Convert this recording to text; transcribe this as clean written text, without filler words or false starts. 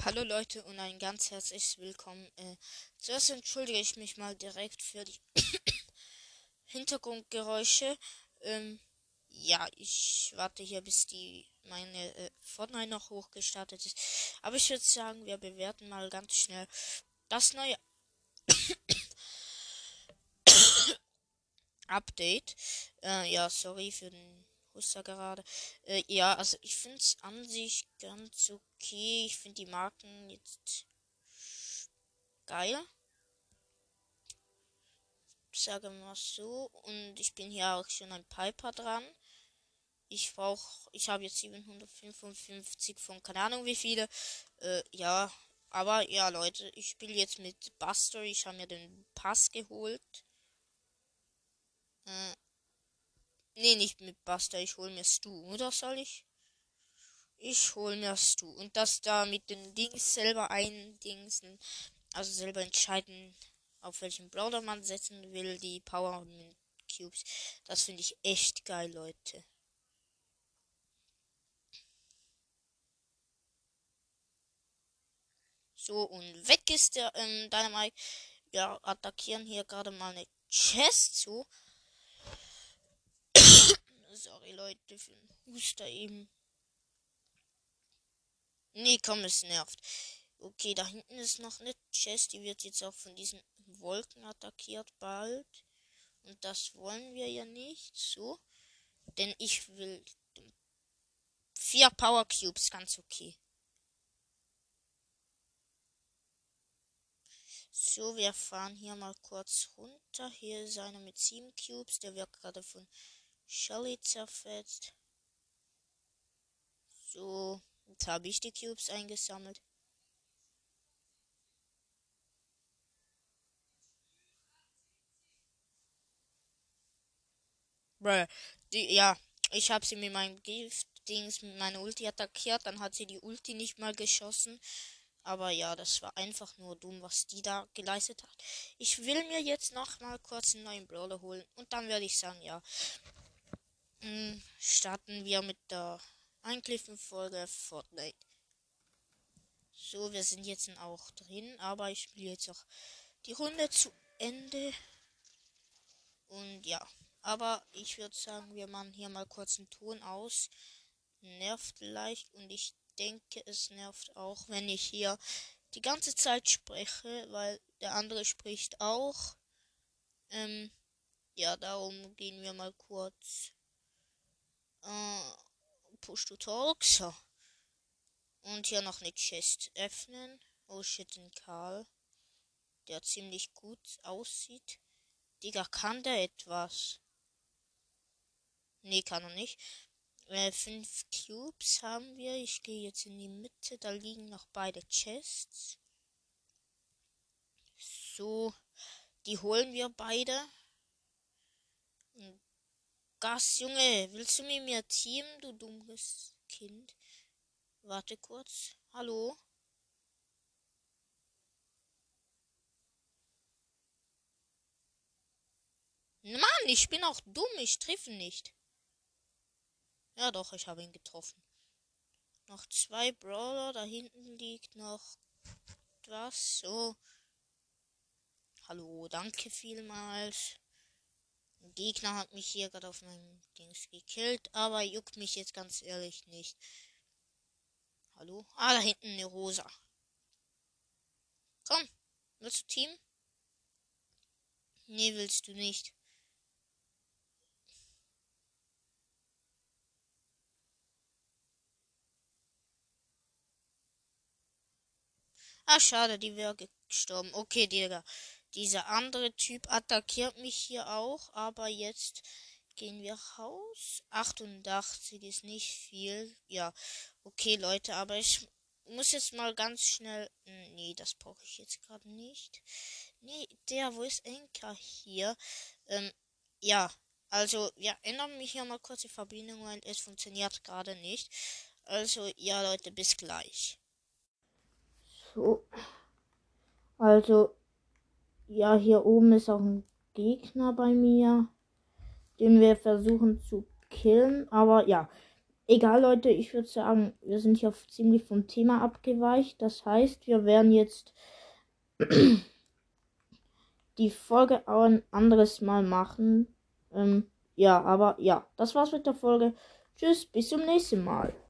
Hallo Leute und ein ganz herzliches Willkommen. Zuerst entschuldige ich mich mal direkt für die Hintergrundgeräusche. Ja, ich warte hier, bis meine Fortnite noch hochgestartet ist. Aber ich würde sagen, wir bewerten mal ganz schnell das neue Update. Ja, sorry für den Huster gerade. Ja, also ich finde es an sich ganz okay. Ich finde die Marken jetzt geil. Sage mal so. Und ich bin hier auch schon ein Piper dran. Ich habe jetzt 755 von keine Ahnung wie viele. Ja, aber ja, Leute, ich spiele jetzt mit Buster. Ich habe mir den Pass geholt. Äh, nee, nicht mit Buster. Ich hole mir Stu. Oder soll ich? Ich hole mir Stu. Und das da mit den Dings selber eindingsen. Also selber entscheiden, auf welchen Brawler man setzen will. Die Power Cubes. Das finde ich echt geil, Leute. So, und weg ist der Dynamite. Wir attackieren hier gerade mal eine Chest so. Sorry, Leute, für den Huster eben. Nee, komm, es nervt. Okay, da hinten ist noch eine Chest. Die wird jetzt auch von diesen Wolken attackiert bald. Und das wollen wir ja nicht. So. Denn ich will 4 Power Cubes, ganz okay. So, wir fahren hier mal kurz runter. Hier ist einer mit 7 Cubes. Der wird gerade von Shelly zerfetzt. So, jetzt habe ich die Cubes eingesammelt. Bruh. Ja, ich habe sie mit meinem Gift-Dings, mit meiner Ulti attackiert. Dann hat sie die Ulti nicht mal geschossen. Aber ja, das war einfach nur dumm, was die da geleistet hat. Ich will mir jetzt noch mal kurz einen neuen Brawler holen. Und dann werde ich sagen, ja, starten wir mit der eigentlichen Folge Fortnite. So, wir sind jetzt auch drin, aber ich spiele jetzt auch die Runde zu Ende. Und ja, aber ich würde sagen, wir machen hier mal kurz einen Ton aus. Nervt leicht und ich denke, es nervt auch, wenn ich hier die ganze Zeit spreche, weil der andere spricht auch. Ja, darum gehen wir mal kurz Push to Talk. So. Und hier noch eine Chest öffnen. Oh shit, ein Karl, der ziemlich gut aussieht. Digga, kann der etwas? Nee, kann er nicht. 5 Cubes haben wir. Ich gehe jetzt in die Mitte. Da liegen noch beide Chests. So, die holen wir beide. Gas, Junge, willst du mit mir teamen, du dummes Kind? Warte kurz. Hallo? Mann, ich bin auch dumm. Ich treffe nicht. Ja doch, ich habe ihn getroffen. Noch 2 Brawler. Da hinten liegt noch was. So. Hallo, danke vielmals. Ein Gegner hat mich hier gerade auf meinem Dings gekillt, aber juckt mich jetzt ganz ehrlich nicht. Hallo? Ah, da hinten eine Rosa. Komm, willst du Team? Nee, willst du nicht. Ah, schade, die wäre gestorben. Okay, Digga. Dieser andere Typ attackiert mich hier auch, aber jetzt gehen wir raus. 88 ist nicht viel. Ja, okay, Leute, aber ich muss jetzt mal ganz schnell. Nee, das brauche ich jetzt gerade nicht. Nee, wo ist Enka hier? Ähm, ja, also, wir ändern mich hier mal kurz die Verbindung und es funktioniert gerade nicht. Also, ja, Leute, bis gleich. So, also, ja, hier oben ist auch ein Gegner bei mir, den wir versuchen zu killen. Aber ja, Egal, Leute, ich würde sagen, wir sind hier ziemlich vom Thema abgeweicht. Das heißt, wir werden jetzt die Folge auch ein anderes Mal machen. Ja, aber ja, das war's mit der Folge. Tschüss, bis zum nächsten Mal.